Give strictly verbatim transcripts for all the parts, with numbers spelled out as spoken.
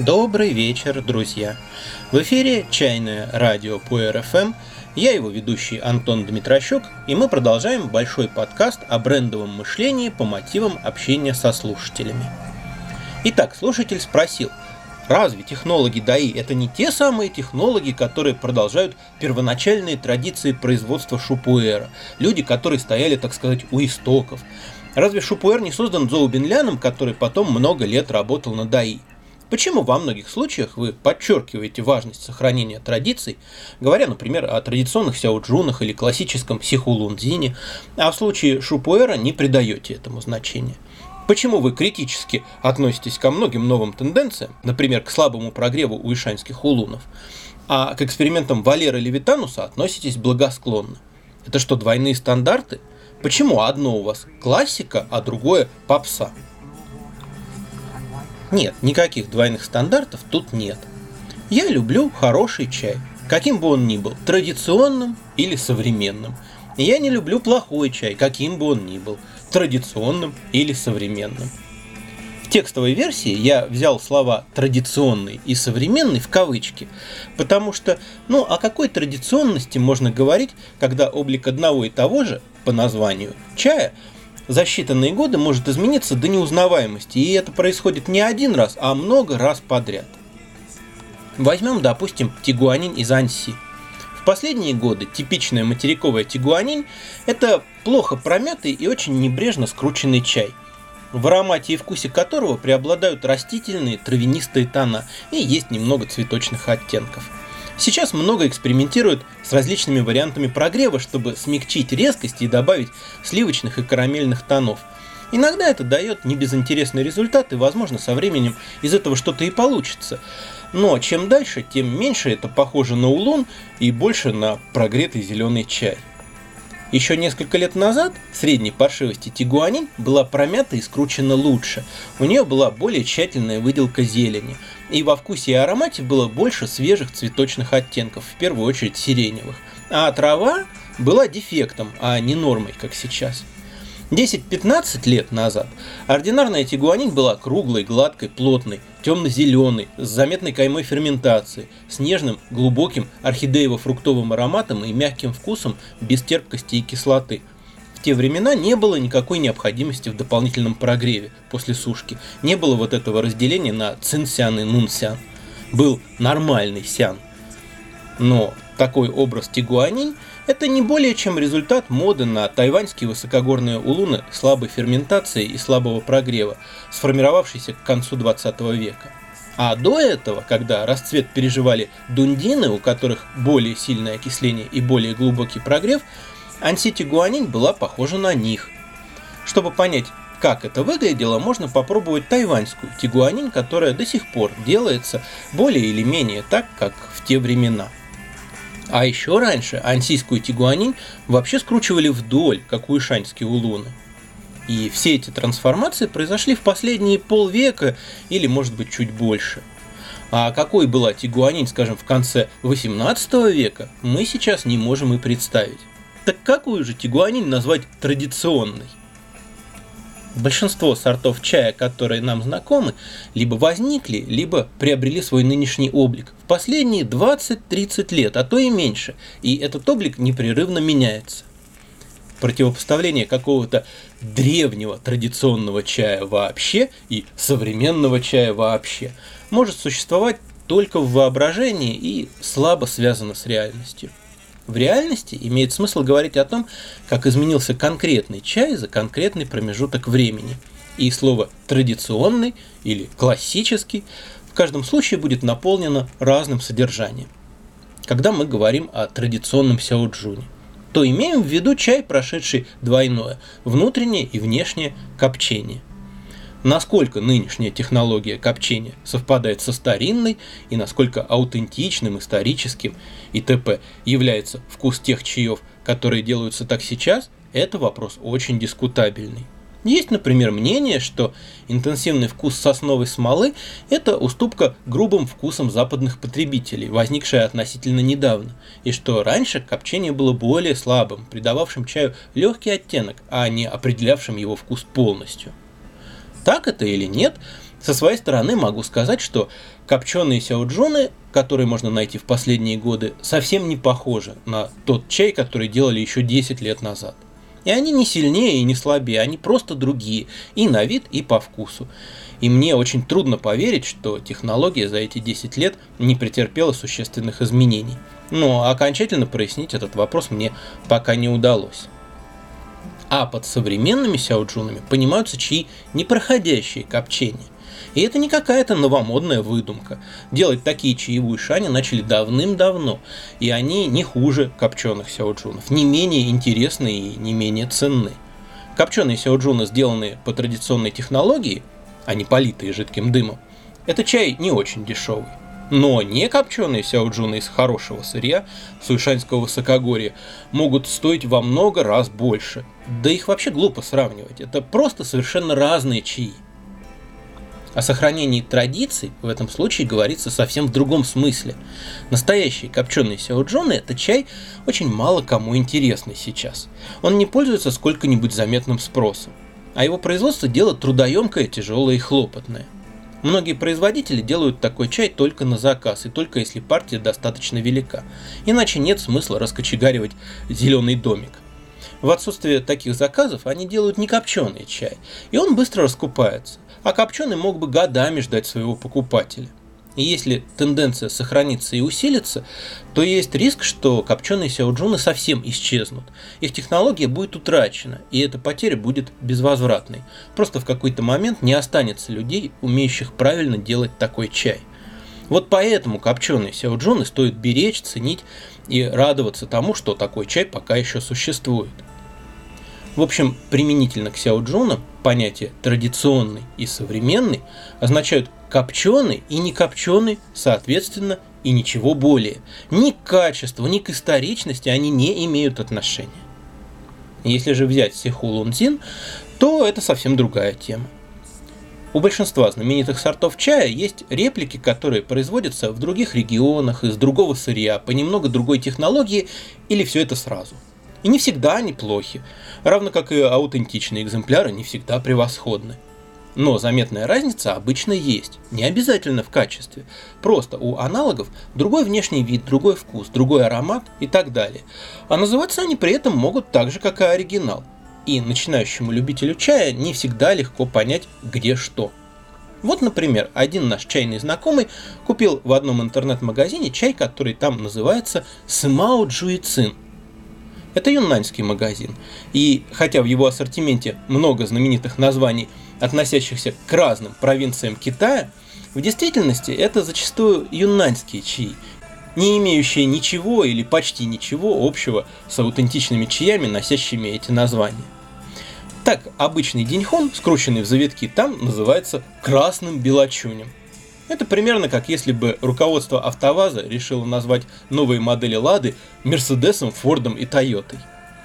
Добрый вечер, друзья! В эфире «Чайное радио» по эр эф эм. Я его ведущий Антон Дмитрощук, и мы продолжаем большой подкаст о брендовом мышлении по мотивам общения со слушателями. Итак, слушатель спросил, разве технологи ДАИ – это не те самые технологи, которые продолжают первоначальные традиции производства шупуэра, люди, которые стояли, так сказать, у истоков? Разве шупуэр не создан Цзоу Бинляном, который потом много лет работал на ДАИ? Почему во многих случаях вы подчеркиваете важность сохранения традиций, говоря, например, о традиционных сяоджунах или классическом сихулунцзине, а в случае шупуэра не придаете этому значения? Почему вы критически относитесь ко многим новым тенденциям, например, к слабому прогреву у ишанских улунов, а к экспериментам Валеры Левитануса относитесь благосклонно? Это что, двойные стандарты? Почему одно у вас классика, а другое попса? Нет, никаких двойных стандартов тут нет. Я люблю хороший чай, каким бы он ни был, традиционным или современным. И я не люблю плохой чай, каким бы он ни был, традиционным или современным. В текстовой версии я взял слова «традиционный» и «современный» в кавычки, потому что, ну, о какой традиционности можно говорить, когда облик одного и того же, по названию, чая, за считанные годы может измениться до неузнаваемости, и это происходит не один раз, а много раз подряд. Возьмем, допустим, тигуанин из Аньси. В последние годы типичная материковая тигуанин – это плохо промятый и очень небрежно скрученный чай, в аромате и вкусе которого преобладают растительные травянистые тона и есть немного цветочных оттенков. Сейчас много экспериментируют с различными вариантами прогрева, чтобы смягчить резкость и добавить сливочных и карамельных тонов. Иногда это дает небезынтересный результат, и, возможно, со временем из этого что-то и получится. Но чем дальше, тем меньше это похоже на улун и больше на прогретый зеленый чай. Еще несколько лет назад средней паршивости тигуанин была промята и скручена лучше. У нее была более тщательная выделка зелени. И во вкусе и аромате было больше свежих цветочных оттенков, в первую очередь сиреневых. А трава была дефектом, а не нормой, как сейчас. десять-пятнадцать лет назад ординарная тигуанин была круглой, гладкой, плотной, темно-зеленой, с заметной каймой ферментации, с нежным, глубоким орхидеево-фруктовым ароматом и мягким вкусом без терпкости и кислоты. В те времена не было никакой необходимости в дополнительном прогреве после сушки, не было вот этого разделения на цинсян и нунсян. Был нормальный сян. Но такой образ тигуанин – это не более чем результат моды на тайваньские высокогорные улуны слабой ферментации и слабого прогрева, сформировавшейся к концу двадцатого века. А до этого, когда расцвет переживали дундины, у которых более сильное окисление и более глубокий прогрев, Аньси тигуанин была похожа на них. Чтобы понять, как это выглядело, можно попробовать тайваньскую тигуанин, которая до сих пор делается более или менее так, как в те времена. А еще раньше ансийскую тигуанин вообще скручивали вдоль, как у ишаньские улуны. И все эти трансформации произошли в последние полвека или, может быть, чуть больше. А какой была тигуанин, скажем, в конце восемнадцатого века, мы сейчас не можем и представить. Так какую же тигуанин назвать традиционной? Большинство сортов чая, которые нам знакомы, либо возникли, либо приобрели свой нынешний облик в последние двадцать-тридцать лет, а то и меньше, и этот облик непрерывно меняется. Противопоставление какого-то древнего традиционного чая вообще и современного чая вообще может существовать только в воображении и слабо связано с реальностью. В реальности имеет смысл говорить о том, как изменился конкретный чай за конкретный промежуток времени. И слово «традиционный» или «классический» в каждом случае будет наполнено разным содержанием. Когда мы говорим о традиционном сяоджуне, то имеем в виду чай, прошедший двойное – внутреннее и внешнее копчение. Насколько нынешняя технология копчения совпадает со старинной и насколько аутентичным, историческим и т.п. является вкус тех чаев, которые делаются так сейчас, это вопрос очень дискутабельный. Есть, например, мнение, что интенсивный вкус сосновой смолы – это уступка грубым вкусам западных потребителей, возникшая относительно недавно, и что раньше копчение было более слабым, придававшим чаю легкий оттенок, а не определявшим его вкус полностью. Так это или нет, Со своей стороны могу сказать, что копченые сяоджуны, которые можно найти в последние годы, совсем не похожи на тот чай, который делали еще десять лет назад. И они не сильнее и не слабее, они просто другие, и на вид, и по вкусу. И мне очень трудно поверить, что технология за эти десять лет не претерпела существенных изменений. Но окончательно прояснить этот вопрос мне пока не удалось. А под современными сяоджунами понимаются чаи, не проходящие копчение. И это не какая-то новомодная выдумка. Делать такие чаи в Уйшане начали давным-давно, и они не хуже копченых сяоджунов, не менее интересны и не менее ценны. Копченые сяоджуны, сделанные по традиционной технологии, а не политые жидким дымом, это чай не очень дешевый. Но не копченые сяоджуны из хорошего сырья с уйшанского высокогорья могут стоить во много раз больше. Да их вообще глупо сравнивать, это просто совершенно разные чаи. О сохранении традиций в этом случае говорится совсем в другом смысле. Настоящие копченые сяоджуны – это чай очень мало кому интересный сейчас. Он не пользуется сколько-нибудь заметным спросом, а его производство – дело трудоемкое, тяжелое и хлопотное. Многие производители делают такой чай только на заказ и только если партия достаточно велика, иначе нет смысла раскочегаривать зеленый домик. В отсутствие таких заказов они делают некопченый чай, и он быстро раскупается. А копченый мог бы годами ждать своего покупателя. И если тенденция сохранится и усилится, то есть риск, что копченые сяоджуны совсем исчезнут. Их технология будет утрачена, и эта потеря будет безвозвратной. Просто в какой-то момент не останется людей, умеющих правильно делать такой чай. Вот поэтому копченые сяоджуны стоит беречь, ценить и радоваться тому, что такой чай пока еще существует. В общем, применительно к сяоджунам понятия традиционный и современный означают копченый и некопченый, соответственно, и ничего более. Ни к качеству, ни к историчности они не имеют отношения. Если же взять Сиху Лунцзин, то это совсем другая тема. У большинства знаменитых сортов чая есть реплики, которые производятся в других регионах, из другого сырья, по немного другой технологии, или все это сразу. И не всегда они плохи, равно как и аутентичные экземпляры не всегда превосходны. Но заметная разница обычно есть, не обязательно в качестве. Просто у аналогов другой внешний вид, другой вкус, другой аромат и так далее. А называться они при этом могут так же, как и оригинал. И начинающему любителю чая не всегда легко понять, где что. Вот, например, один наш чайный знакомый купил в одном интернет-магазине чай, который там называется Сымао Джуйцин. Это юннаньский магазин, и хотя в его ассортименте много знаменитых названий, относящихся к разным провинциям Китая, в действительности это зачастую юннаньские чаи, не имеющие ничего или почти ничего общего с аутентичными чаями, носящими эти названия. Так, обычный диньхон, скрученный в завитки, там называется красным белочунем. Это примерно как если бы руководство АвтоВАЗа решило назвать новые модели Лады Мерседесом, Фордом и Тойотой.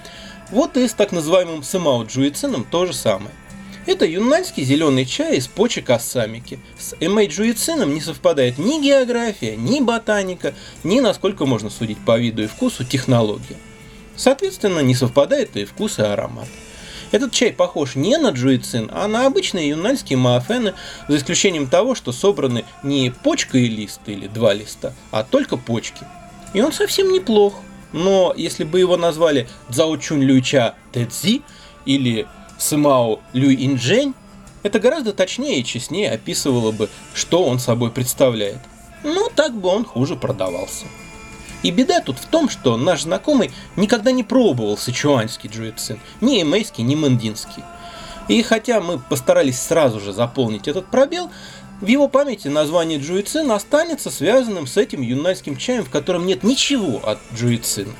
Вот и с так называемым Сымао Джуйцином то же самое. Это юннаньский зеленый чай из почек ассамики. С Эмэй Джуйцином не совпадает ни география, ни ботаника, ни, насколько можно судить по виду и вкусу, технология. Соответственно, не совпадает и вкус, и аромат. Этот чай похож не на джуйцин, а на обычные юннаньские маофены, за исключением того, что собраны не почка и лист или два листа, а только почки. И он совсем неплох. Но если бы его назвали Цзаочунь Люйча Тэцзи или Сымао Люй Инжэнь, это гораздо точнее и честнее описывало бы, что он собой представляет. Но так бы он хуже продавался. И беда тут в том, что наш знакомый никогда не пробовал сычуаньский джуйцин, ни эмэйский, ни мэндинский. И хотя мы постарались сразу же заполнить этот пробел, в его памяти название джуйцин останется связанным с этим юннаньским чаем, в котором нет ничего от джуйцина.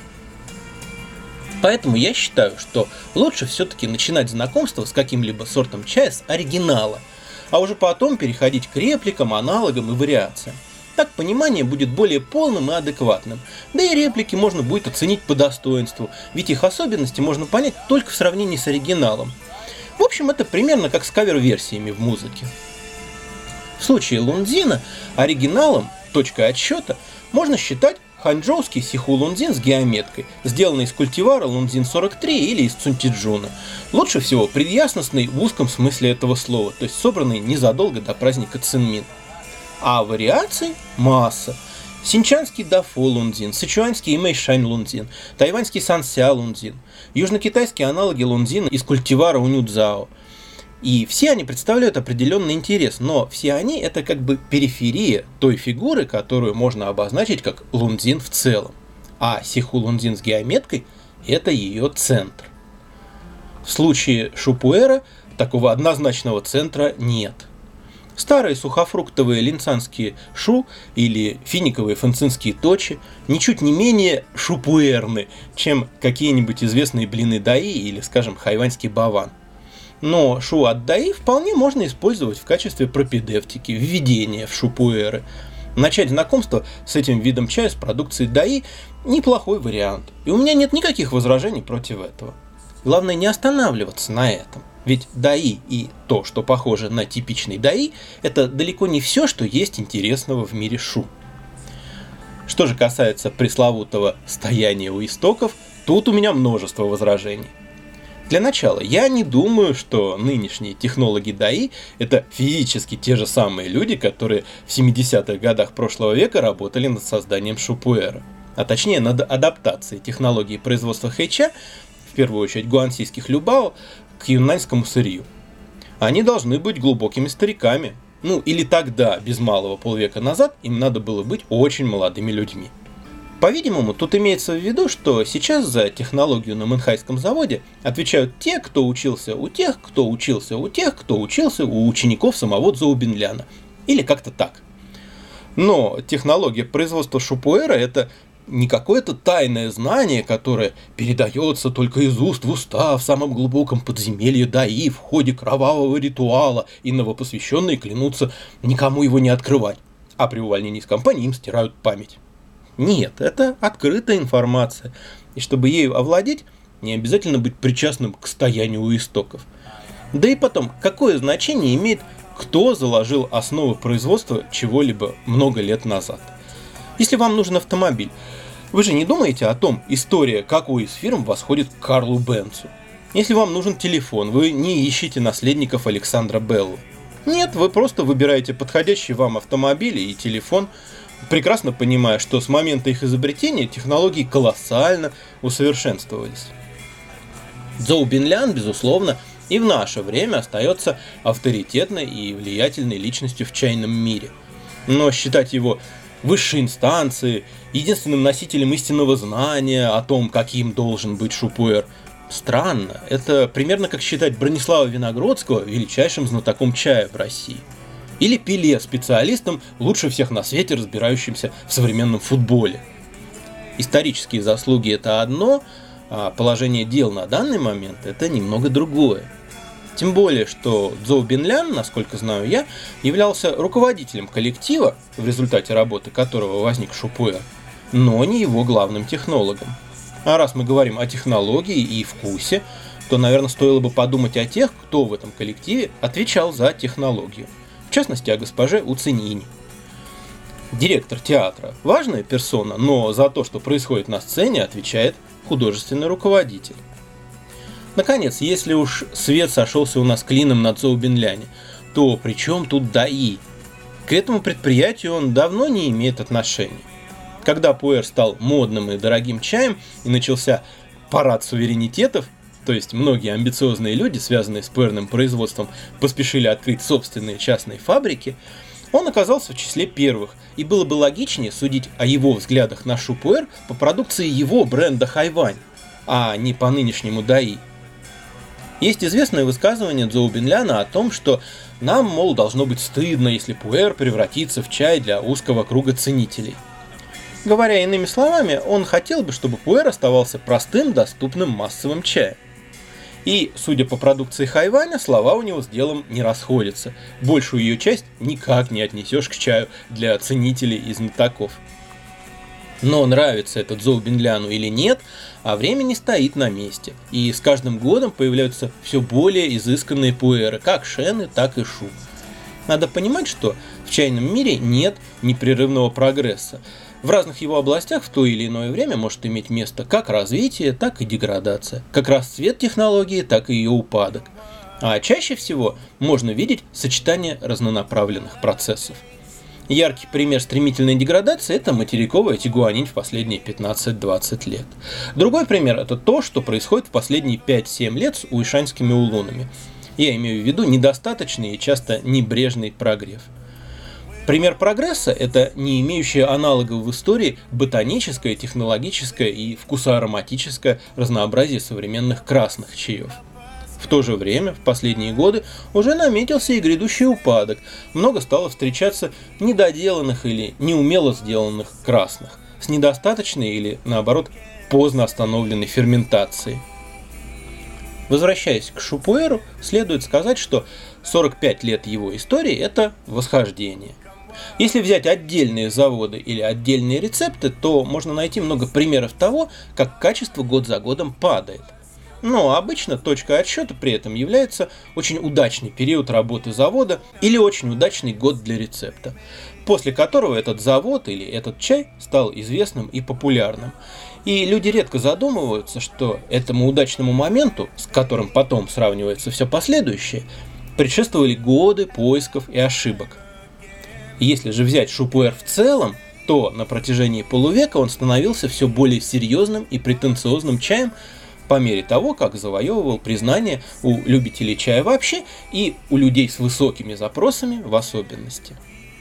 Поэтому я считаю, что лучше все-таки начинать знакомство с каким-либо сортом чая с оригинала, а уже потом переходить к репликам, аналогам и вариациям. Так понимание будет более полным и адекватным, да и реплики можно будет оценить по достоинству, ведь их особенности можно понять только в сравнении с оригиналом. В общем, это примерно как с кавер-версиями в музыке. В случае Лунцзина оригиналом, точкой отсчета, можно считать ханчжоуский сиху лунзин с геометкой, сделанный из культивара лунзин сорок три или из цунтиджуна. Лучше всего предъясностный в узком смысле этого слова, то есть собранный незадолго до праздника Цинмин. А вариаций масса. Синчанский дафо лунзин, сычуанский мэйшань лунзин, тайваньский санся лунзин, южнокитайские аналоги лунзина из культивара унюцзао. И все они представляют определенный интерес, но все они это как бы периферия той фигуры, которую можно обозначить как лунзин в целом. А сиху лунзин с геометкой это ее центр. В случае шупуэра такого однозначного центра нет. Старые сухофруктовые линцанские шу или финиковые фэнцинские точи ничуть не менее шупуэрны, чем какие-нибудь известные блины даи или, скажем, хайваньский баван. Но шу от даи вполне можно использовать в качестве пропедевтики, введения в шупуэры. Начать знакомство с этим видом чая с продукцией даи – неплохой вариант, и у меня нет никаких возражений против этого. Главное не останавливаться на этом, ведь даи и то, что похоже на типичный даи, это далеко не все, что есть интересного в мире шу. Что же касается пресловутого стояния у истоков, тут у меня множество возражений. Для начала, я не думаю, что нынешние технологи даи – это физически те же самые люди, которые в семидесятых годах прошлого века работали над созданием шупуэра, а точнее над адаптацией технологии производства хэйча, в первую очередь гуансийских любао, к юннаньскому сырью. Они должны быть глубокими стариками. Ну или тогда, без малого полвека назад, им надо было быть очень молодыми людьми. По-видимому, тут имеется в виду, что сейчас за технологию на Мэнхайском заводе отвечают те, кто учился у тех, кто учился у тех, кто учился у учеников самого Цзоу Бинляна. Или как-то так. Но технология производства шупуэра – это не какое-то тайное знание, которое передается только из уст в уста в самом глубоком подземелье даи в ходе кровавого ритуала, и новопосвященные клянутся никому его не открывать, а при увольнении из компании им стирают память. Нет, это открытая информация, и чтобы ею овладеть, не обязательно быть причастным к стоянию у истоков. Да и потом, какое значение имеет, кто заложил основы производства чего-либо много лет назад? Если вам нужен автомобиль, вы же не думаете о том, история какой из фирм восходит к Карлу Бенцу. Если вам нужен телефон, вы не ищете наследников Александра Беллу. Нет, вы просто выбираете подходящий вам автомобиль и телефон, прекрасно понимая, что с момента их изобретения технологии колоссально усовершенствовались. Цзоу Бинлян, безусловно, и в наше время остается авторитетной и влиятельной личностью в чайном мире. Но считать его высшей инстанцией, единственным носителем истинного знания о том, каким должен быть шупуэр, странно. Это примерно как считать Бронислава Виногродского величайшим знатоком чая в России. Или Пеле специалистом, лучше всех на свете разбирающимся в современном футболе. Исторические заслуги – это одно, а положение дел на данный момент – это немного другое. Тем более, что Цзоу Бинлян, насколько знаю я, являлся руководителем коллектива, в результате работы которого возник шупуэр, но не его главным технологом. А раз мы говорим о технологии и вкусе, то, наверное, стоило бы подумать о тех, кто в этом коллективе отвечал за технологию. В частности, о госпоже Уциньинь. Директор театра – важная персона, но за то, что происходит на сцене, отвечает художественный руководитель. Наконец, если уж свет сошелся у нас клином на Цзоу Бинляне, то при чем тут даи? К этому предприятию он давно не имеет отношения. Когда пуэр стал модным и дорогим чаем и начался парад суверенитетов, то есть многие амбициозные люди, связанные с пуэрным производством, поспешили открыть собственные частные фабрики, он оказался в числе первых, и было бы логичнее судить о его взглядах на шупуэр по продукции его бренда Хайвань, а не по нынешнему даи. Есть известное высказывание Цзоу Бинляна о том, что нам, мол, должно быть стыдно, если пуэр превратится в чай для узкого круга ценителей. Говоря иными словами, он хотел бы, чтобы пуэр оставался простым, доступным массовым чаем. И, судя по продукции Хайваня, слова у него с делом не расходятся. Большую ее часть никак не отнесешь к чаю для ценителей и знатоков. Но нравится это Цзоу Бинляну или нет, а время не стоит на месте. И с каждым годом появляются все более изысканные пуэры, как шены, так и шу. Надо понимать, что в чайном мире нет непрерывного прогресса. В разных его областях в то или иное время может иметь место как развитие, так и деградация, как расцвет технологии, так и ее упадок. А чаще всего можно видеть сочетание разнонаправленных процессов. Яркий пример стремительной деградации – это материковая Тигуанин в последние пятнадцать-двадцать лет. Другой пример – это то, что происходит в последние пять-семь лет с уишаньскими улунами. Я имею в виду недостаточный и часто небрежный прогрев. Пример прогресса – это не имеющее аналогов в истории ботаническое, технологическое и вкусоароматическое разнообразие современных красных чаев. В то же время, в последние годы, уже наметился и грядущий упадок. Много стало встречаться недоделанных или неумело сделанных красных, с недостаточной или, наоборот, поздно остановленной ферментацией. Возвращаясь к Шупуэру, следует сказать, что сорок пять лет его истории – это восхождение. Если взять отдельные заводы или отдельные рецепты, то можно найти много примеров того, как качество год за годом падает. Но обычно точкой отсчета при этом является очень удачный период работы завода или очень удачный год для рецепта, после которого этот завод или этот чай стал известным и популярным. И люди редко задумываются, что этому удачному моменту, с которым потом сравнивается все последующее, предшествовали годы поисков и ошибок. Если же взять Шупуэр в целом, то на протяжении полувека он становился все более серьезным и претенциозным чаем, по мере того, как завоевывал признание у любителей чая вообще и у людей с высокими запросами в особенности.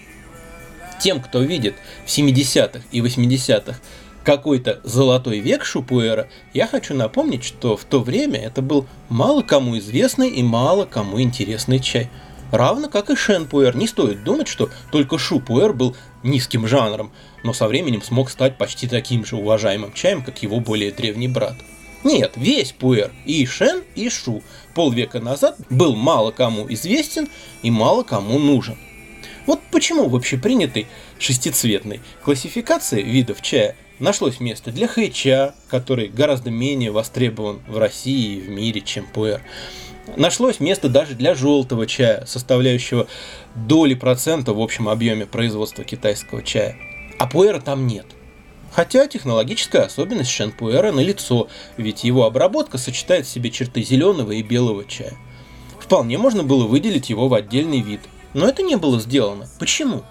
Тем, кто видит в семидесятых и восьмидесятых какой-то золотой век Шупуэра, я хочу напомнить, что в то время это был мало кому известный и мало кому интересный чай. Равно как и Шенпуэр. Не стоит думать, что только Шупуэр был низким жанром, но со временем смог стать почти таким же уважаемым чаем, как его более древний брат. Нет, весь пуэр, и Шен, и Шу, полвека назад был мало кому известен и мало кому нужен. Вот почему в общепринятой шестицветной классификации видов чая нашлось место для хэйча, который гораздо менее востребован в России и в мире, чем пуэр. Нашлось место даже для желтого чая, составляющего доли процента в общем объеме производства китайского чая. А пуэра там нет. Хотя технологическая особенность шенпуэра налицо, ведь его обработка сочетает в себе черты зеленого и белого чая. Вполне можно было выделить его в отдельный вид, но это не было сделано. Почему?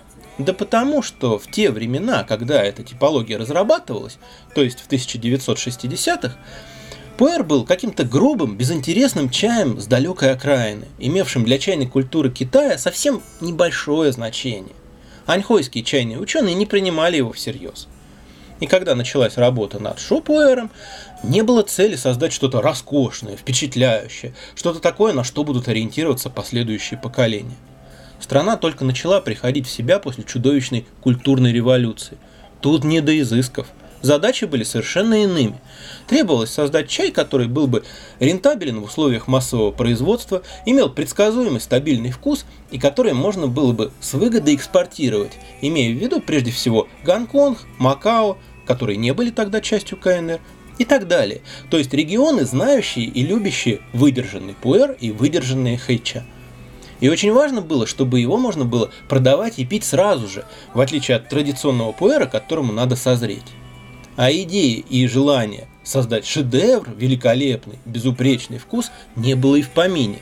Да потому, что в те времена, когда эта типология разрабатывалась, то есть в тысяча девятьсот шестидесятых, пуэр был каким-то грубым, безинтересным чаем с далекой окраины, имевшим для чайной культуры Китая совсем небольшое значение. Аньхойские чайные ученые не принимали его всерьез. И когда началась работа над шупуэром, не было цели создать что-то роскошное, впечатляющее, что-то такое, на что будут ориентироваться последующие поколения. Страна только начала приходить в себя после чудовищной культурной революции. Тут не до изысков. Задачи были совершенно иными. Требовалось создать чай, который был бы рентабелен в условиях массового производства, имел предсказуемый стабильный вкус и который можно было бы с выгодой экспортировать, имея в виду прежде всего Гонконг, Макао, которые не были тогда частью ка эн эр, и так далее. То есть регионы, знающие и любящие выдержанный пуэр и выдержанные хэйча. И очень важно было, чтобы его можно было продавать и пить сразу же, в отличие от традиционного пуэра, которому надо созреть. А идеи и желание создать шедевр, великолепный, безупречный вкус не было и в помине.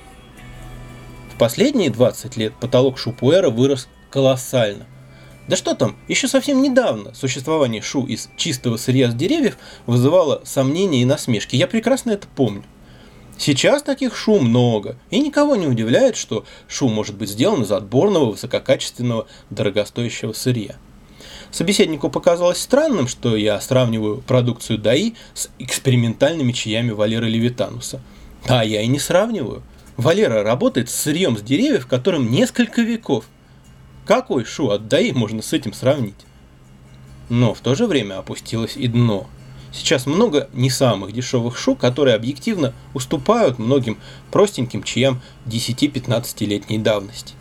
В последние двадцать лет потолок шупуэра вырос колоссально. Да что там, еще совсем недавно существование шу из чистого сырья с деревьев вызывало сомнения и насмешки. Я прекрасно это помню. Сейчас таких шу много, и никого не удивляет, что шу может быть сделан из отборного, высококачественного, дорогостоящего сырья. Собеседнику показалось странным, что я сравниваю продукцию даи с экспериментальными чаями Валеры Левитануса. А я и не сравниваю. Валера работает с сырьем с деревьев, которым несколько веков. Какой шу от даи можно с этим сравнить? Но в то же время опустилось и дно. Сейчас много не самых дешевых шу, которые объективно уступают многим простеньким чаям десяти-пятнадцатилетней давности.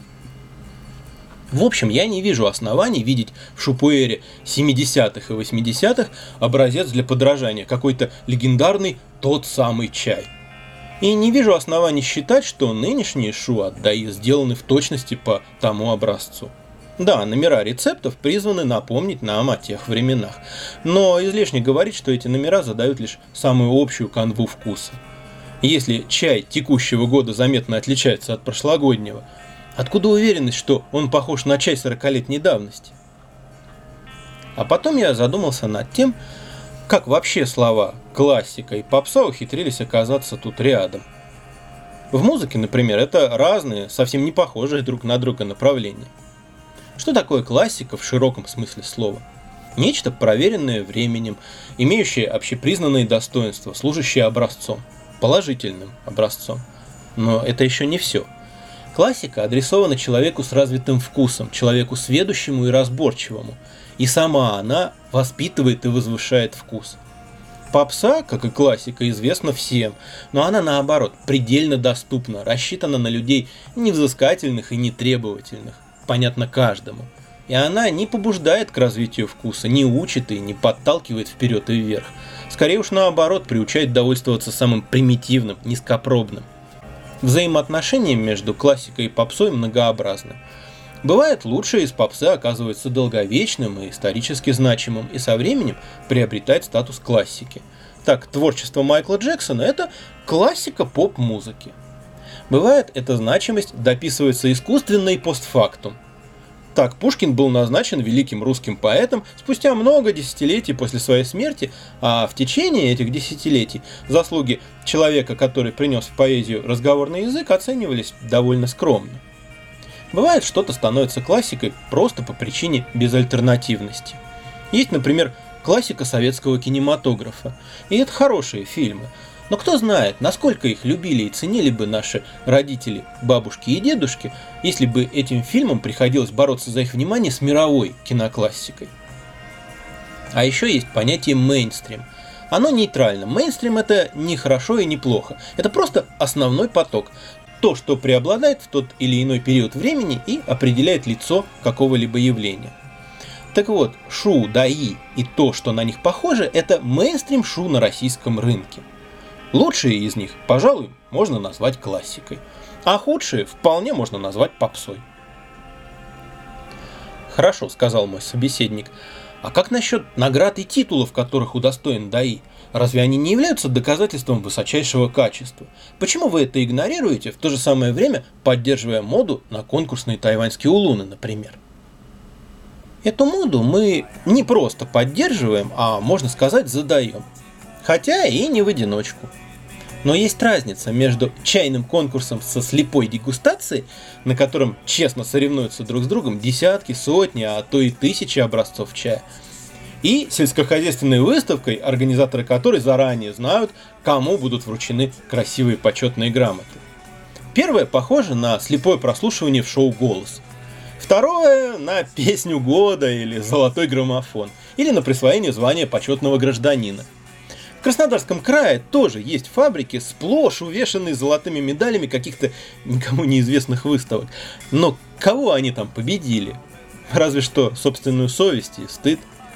В общем, я не вижу оснований видеть в шупуэре семидесятых и восьмидесятых образец для подражания, какой-то легендарный тот самый чай. И не вижу оснований считать, что нынешние шу от даи сделаны в точности по тому образцу. Да, номера рецептов призваны напомнить нам о тех временах, но излишне говорить, что эти номера задают лишь самую общую канву вкуса. Если чай текущего года заметно отличается от прошлогоднего, откуда уверенность, что он похож на чай сорокалетней давности? А потом я задумался над тем, как вообще слова классика и попса ухитрились оказаться тут рядом. В музыке, например, это разные, совсем не похожие друг на друга направления. Что такое классика в широком смысле слова? Нечто проверенное временем, имеющее общепризнанные достоинства, служащее образцом, положительным образцом. Но это еще не все. Классика адресована человеку с развитым вкусом, человеку сведущему и разборчивому, и сама она воспитывает и возвышает вкус. Попса, как и классика, известна всем, но она, наоборот, предельно доступна, рассчитана на людей невзыскательных и нетребовательных, понятно каждому. И она не побуждает к развитию вкуса, не учит и не подталкивает вперед и вверх. Скорее уж наоборот, приучает довольствоваться самым примитивным, низкопробным. Взаимоотношения между классикой и попсой многообразны. Бывает, лучшее из попсы оказывается долговечным и исторически значимым, и со временем приобретает статус классики. Так, творчество Майкла Джексона – это классика поп-музыки. Бывает, эта значимость дописывается искусственно и постфактум. Так, Пушкин был назначен великим русским поэтом спустя много десятилетий после своей смерти, а в течение этих десятилетий заслуги человека, который принес в поэзию разговорный язык, оценивались довольно скромно. Бывает, что-то становится классикой просто по причине безальтернативности. Есть, например, классика советского кинематографа, и это хорошие фильмы. Но кто знает, насколько их любили и ценили бы наши родители, бабушки и дедушки, если бы этим фильмам приходилось бороться за их внимание с мировой киноклассикой. А еще есть понятие мейнстрим. Оно нейтрально. Мейнстрим – это не хорошо и не плохо. Это просто основной поток. То, что преобладает в тот или иной период времени и определяет лицо какого-либо явления. Так вот, шу, даи и то, что на них похоже, это мейнстрим шу на российском рынке. Лучшие из них, пожалуй, можно назвать классикой, а худшие вполне можно назвать попсой. Хорошо, сказал мой собеседник, а как насчет наград и титулов, которых удостоен даи? Разве они не являются доказательством высочайшего качества? Почему вы это игнорируете, в то же самое время поддерживая моду на конкурсные тайваньские улуны, например? Эту моду мы не просто поддерживаем, а, можно сказать, задаем. Хотя и не в одиночку. Но есть разница между чайным конкурсом со слепой дегустацией, на котором честно соревнуются друг с другом десятки, сотни, а то и тысячи образцов чая, и сельскохозяйственной выставкой, организаторы которой заранее знают, кому будут вручены красивые почетные грамоты. Первое похоже на слепое прослушивание в шоу «Голос». Второе – на песню года или золотой граммофон, или на присвоение звания почетного гражданина. В Краснодарском крае тоже есть фабрики, сплошь увешанные золотыми медалями каких-то никому неизвестных выставок. Но кого они там победили? Разве что собственную совесть и стыд.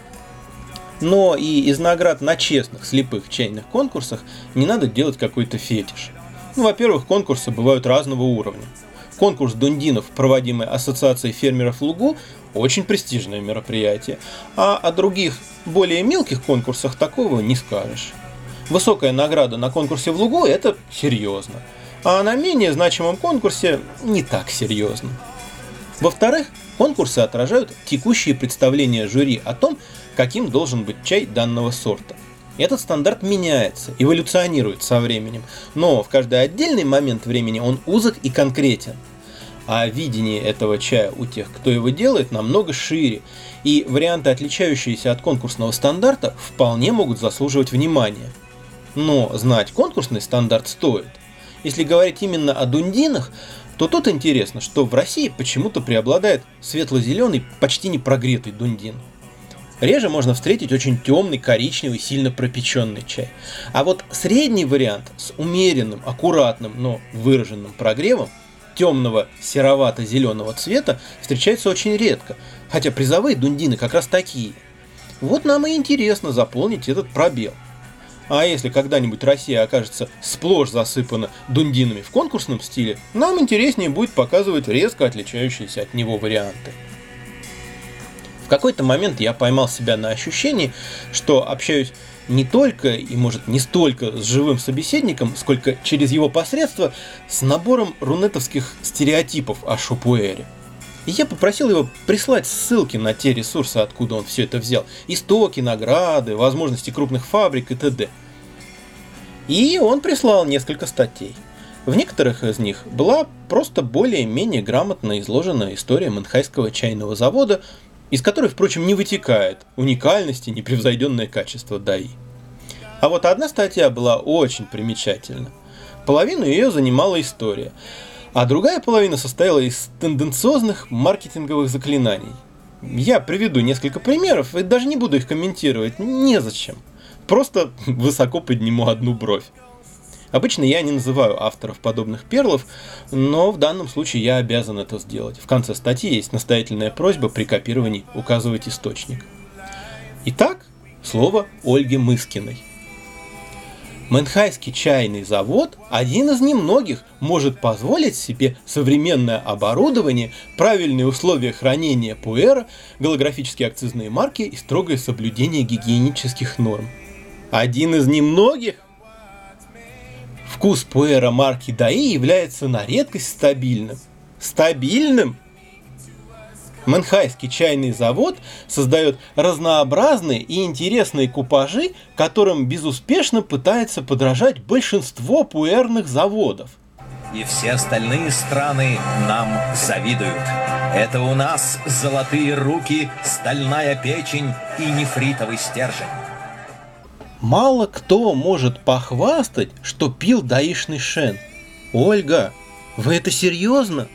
Но и из наград на честных слепых чайных конкурсах не надо делать какой-то фетиш. Ну, во-первых, конкурсы бывают разного уровня. Конкурс дундинов, проводимый Ассоциацией фермеров Лугу, очень престижное мероприятие, а о других, более мелких конкурсах такого не скажешь. Высокая награда на конкурсе в Лугу – это серьезно, а на менее значимом конкурсе не так серьезно. Во-вторых, конкурсы отражают текущие представления жюри о том, каким должен быть чай данного сорта. Этот стандарт меняется, эволюционирует со временем, но в каждый отдельный момент времени он узок и конкретен. А видение этого чая у тех, кто его делает, намного шире, и варианты, отличающиеся от конкурсного стандарта, вполне могут заслуживать внимания. Но знать конкурсный стандарт стоит. Если говорить именно о дундинах, то тут интересно, что в России почему-то преобладает светло-зеленый, почти не прогретый дундин. Реже можно встретить очень темный, коричневый, сильно пропеченный чай. А вот средний вариант с умеренным, аккуратным, но выраженным прогревом темного серовато-зеленого цвета встречается очень редко, хотя призовые дундины как раз такие. Вот нам и интересно заполнить этот пробел. А если когда-нибудь Россия окажется сплошь засыпана дундинами в конкурсном стиле, нам интереснее будет показывать резко отличающиеся от него варианты. В какой-то момент я поймал себя на ощущении, что общаюсь не только и, может, не столько с живым собеседником, сколько через его посредство с набором рунетовских стереотипов о шупуэре. И я попросил его прислать ссылки на те ресурсы, откуда он все это взял. Истоки, награды, возможности крупных фабрик и т.д. И он прислал несколько статей. В некоторых из них была просто более-менее грамотно изложена история Мэнхайского чайного завода, из которой, впрочем, не вытекает уникальность и непревзойденное качество даи. А вот одна статья была очень примечательна. Половину ее занимала история, а другая половина состояла из тенденциозных маркетинговых заклинаний. Я приведу несколько примеров и даже не буду их комментировать, незачем. Просто высоко подниму одну бровь. Обычно я не называю авторов подобных перлов, но в данном случае я обязан это сделать. В конце статьи есть настоятельная просьба при копировании указывать источник. Итак, слово Ольги Мыскиной. Мэнхайский чайный завод один из немногих может позволить себе современное оборудование, правильные условия хранения пуэра, голографические акцизные марки и строгое соблюдение гигиенических норм. Один из немногих? Вкус пуэра марки даи является на редкость стабильным. Стабильным? Мэнхайский чайный завод создает разнообразные и интересные купажи, которым безуспешно пытается подражать большинство пуэрных заводов. И все остальные страны нам завидуют. Это у нас золотые руки, стальная печень и нефритовый стержень. Мало кто может похвастать, что пил даишный шен. Ольга, вы это серьезно?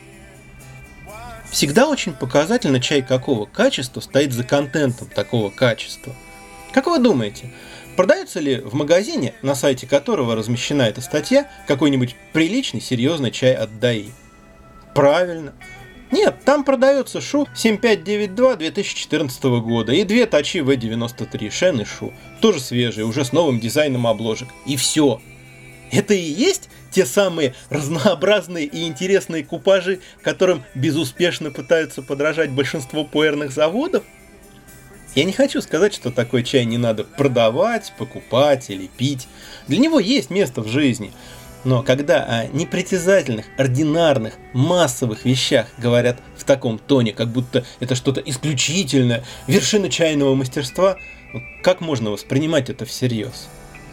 Всегда очень показательно, чай какого качества стоит за контентом такого качества. Как вы думаете, продается ли в магазине, на сайте которого размещена эта статья, какой-нибудь приличный, серьезный чай от даи? Правильно. Нет, там продается шу семь пять девять два две тысячи четырнадцатого года и две тачи вэ девяносто три шен и шу, тоже свежие, уже с новым дизайном обложек. И все. Это и есть те самые разнообразные и интересные купажи, которым безуспешно пытаются подражать большинство пуэрных заводов? Я не хочу сказать, что такой чай не надо продавать, покупать или пить. Для него есть место в жизни. Но когда о непритязательных, ординарных, массовых вещах говорят в таком тоне, как будто это что-то исключительное, вершина чайного мастерства, как можно воспринимать это всерьез?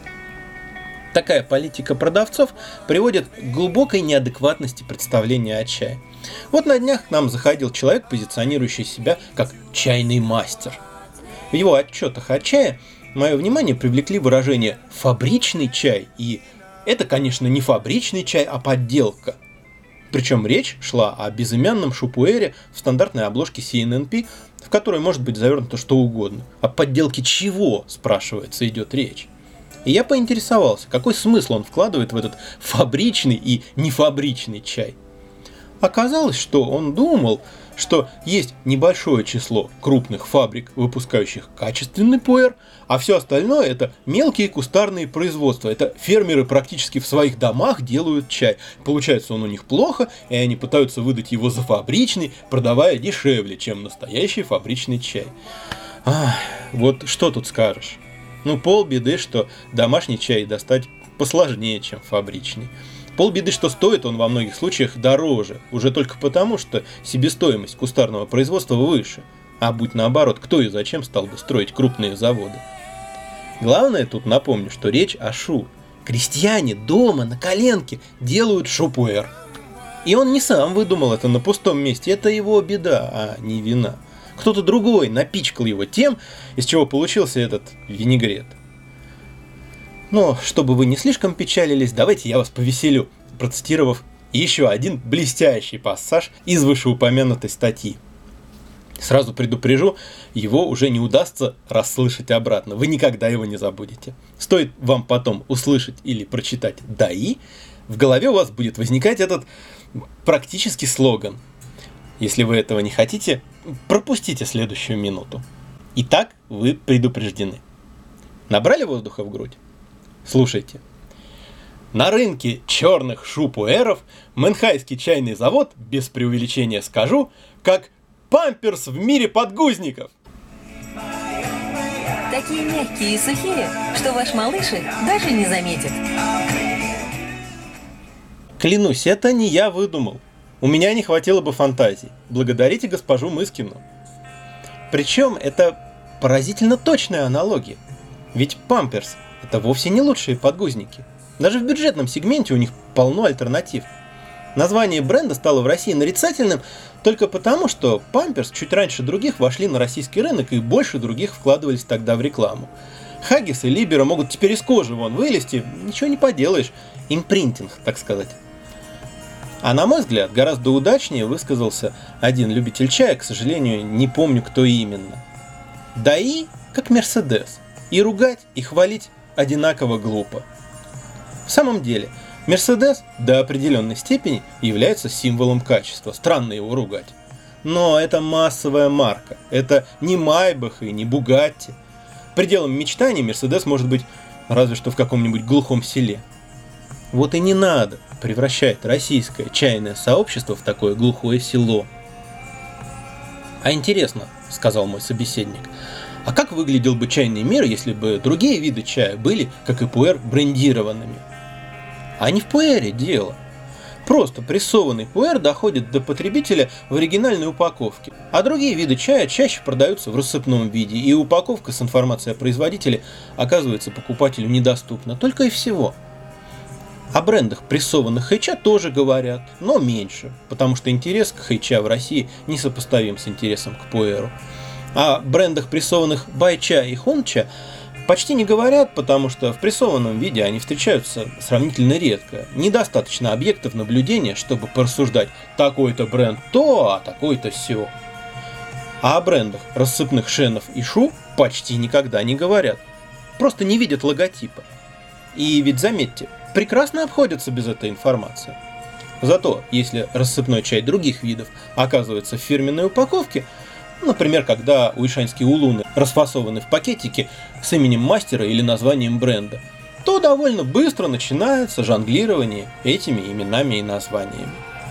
Такая политика продавцов приводит к глубокой неадекватности представления о чае. Вот на днях к нам заходил человек, позиционирующий себя как чайный мастер. В его отчетах о чае мое внимание привлекли выражения «фабричный чай» и «это, конечно, не фабричный чай, а подделка». Причем речь шла о безымянном шупуэре в стандартной обложке си эн эн пи, в которой может быть завернуто что угодно. О подделке чего, спрашивается, идет речь? И я поинтересовался, какой смысл он вкладывает в этот фабричный и нефабричный чай. Оказалось, что он думал, что есть небольшое число крупных фабрик, выпускающих качественный пуэр, а все остальное это мелкие кустарные производства. Это фермеры практически в своих домах делают чай. Получается он у них плохо, и они пытаются выдать его за фабричный, продавая дешевле, чем настоящий фабричный чай. Ах, вот что тут скажешь? Ну, полбеды, что домашний чай достать посложнее, чем фабричный. Полбеды, что стоит он во многих случаях дороже, уже только потому, что себестоимость кустарного производства выше. А будь наоборот, кто и зачем стал бы строить крупные заводы? Главное тут напомню, что речь о шу. Крестьяне дома на коленке делают шупуэр. И он не сам выдумал это на пустом месте, это его беда, а не вина. Кто-то другой напичкал его тем, из чего получился этот винегрет. Но, чтобы вы не слишком печалились, давайте я вас повеселю, процитировав еще один блестящий пассаж из вышеупомянутой статьи. Сразу предупрежу, его уже не удастся расслышать обратно, вы никогда его не забудете. Стоит вам потом услышать или прочитать «даи», в голове у вас будет возникать этот практически слоган. Если вы этого не хотите, пропустите следующую минуту. Итак, вы предупреждены. Набрали воздуха в грудь? Слушайте. На рынке черных шупуэров Мэнхайский чайный завод, без преувеличения скажу, как памперс в мире подгузников. такие мягкие и сухие, что ваш малыш их даже не заметит. Клянусь, это не я выдумал. У меня не хватило бы фантазии. Благодарите госпожу Мыскину. Причем это поразительно точная аналогия. Ведь памперс – это вовсе не лучшие подгузники. Даже в бюджетном сегменте у них полно альтернатив. Название бренда стало в России нарицательным только потому, что памперс чуть раньше других вошли на российский рынок и больше других вкладывались тогда в рекламу. Хаггис и Либера могут теперь из кожи вон вылезти, ничего не поделаешь. Импринтинг, так сказать. А на мой взгляд, гораздо удачнее высказался один любитель чая, к сожалению, не помню, кто именно. ДАИ как Мерседес. И ругать, и хвалить одинаково глупо. В самом деле, Мерседес до определенной степени является символом качества. Странно его ругать. Но это массовая марка. Это не Майбах и не Бугатти. Пределом мечтаний Мерседес может быть разве что в каком-нибудь глухом селе. Вот и не надо превращать российское чайное сообщество в такое глухое село. А интересно, сказал мой собеседник, а как выглядел бы чайный мир, если бы другие виды чая были, как и пуэр, брендированными? А не в пуэре дело. Просто прессованный пуэр доходит до потребителя в оригинальной упаковке, а другие виды чая чаще продаются в рассыпном виде, и упаковка с информацией о производителе оказывается покупателю недоступна. Только и всего. О брендах прессованных хэйча тоже говорят, но меньше, потому что интерес к хэйча в России несопоставим с интересом к пуэру. О брендах прессованных байча и хонча почти не говорят, потому что в прессованном виде они встречаются сравнительно редко. Недостаточно объектов наблюдения, чтобы порассуждать такой-то бренд то, а такой-то сё. А о брендах рассыпных шенов и шу почти никогда не говорят. Просто не видят логотипа. И ведь заметьте, прекрасно обходятся без этой информации. Зато, если рассыпной чай других видов оказывается в фирменной упаковке, например, когда уишанские улуны расфасованы в пакетике с именем мастера или названием бренда, то довольно быстро начинается жонглирование этими именами и названиями.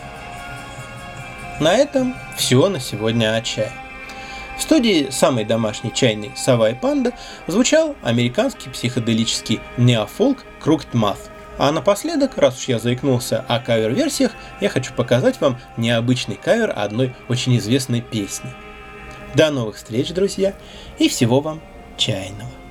На этом все на сегодня о чае. В студии самой домашней чайной «Сова и панда» звучал американский психоделический неофолк Crooked Math. А напоследок, раз уж я заикнулся о кавер-версиях, я хочу показать вам необычный кавер одной очень известной песни. До новых встреч, друзья, и всего вам чайного!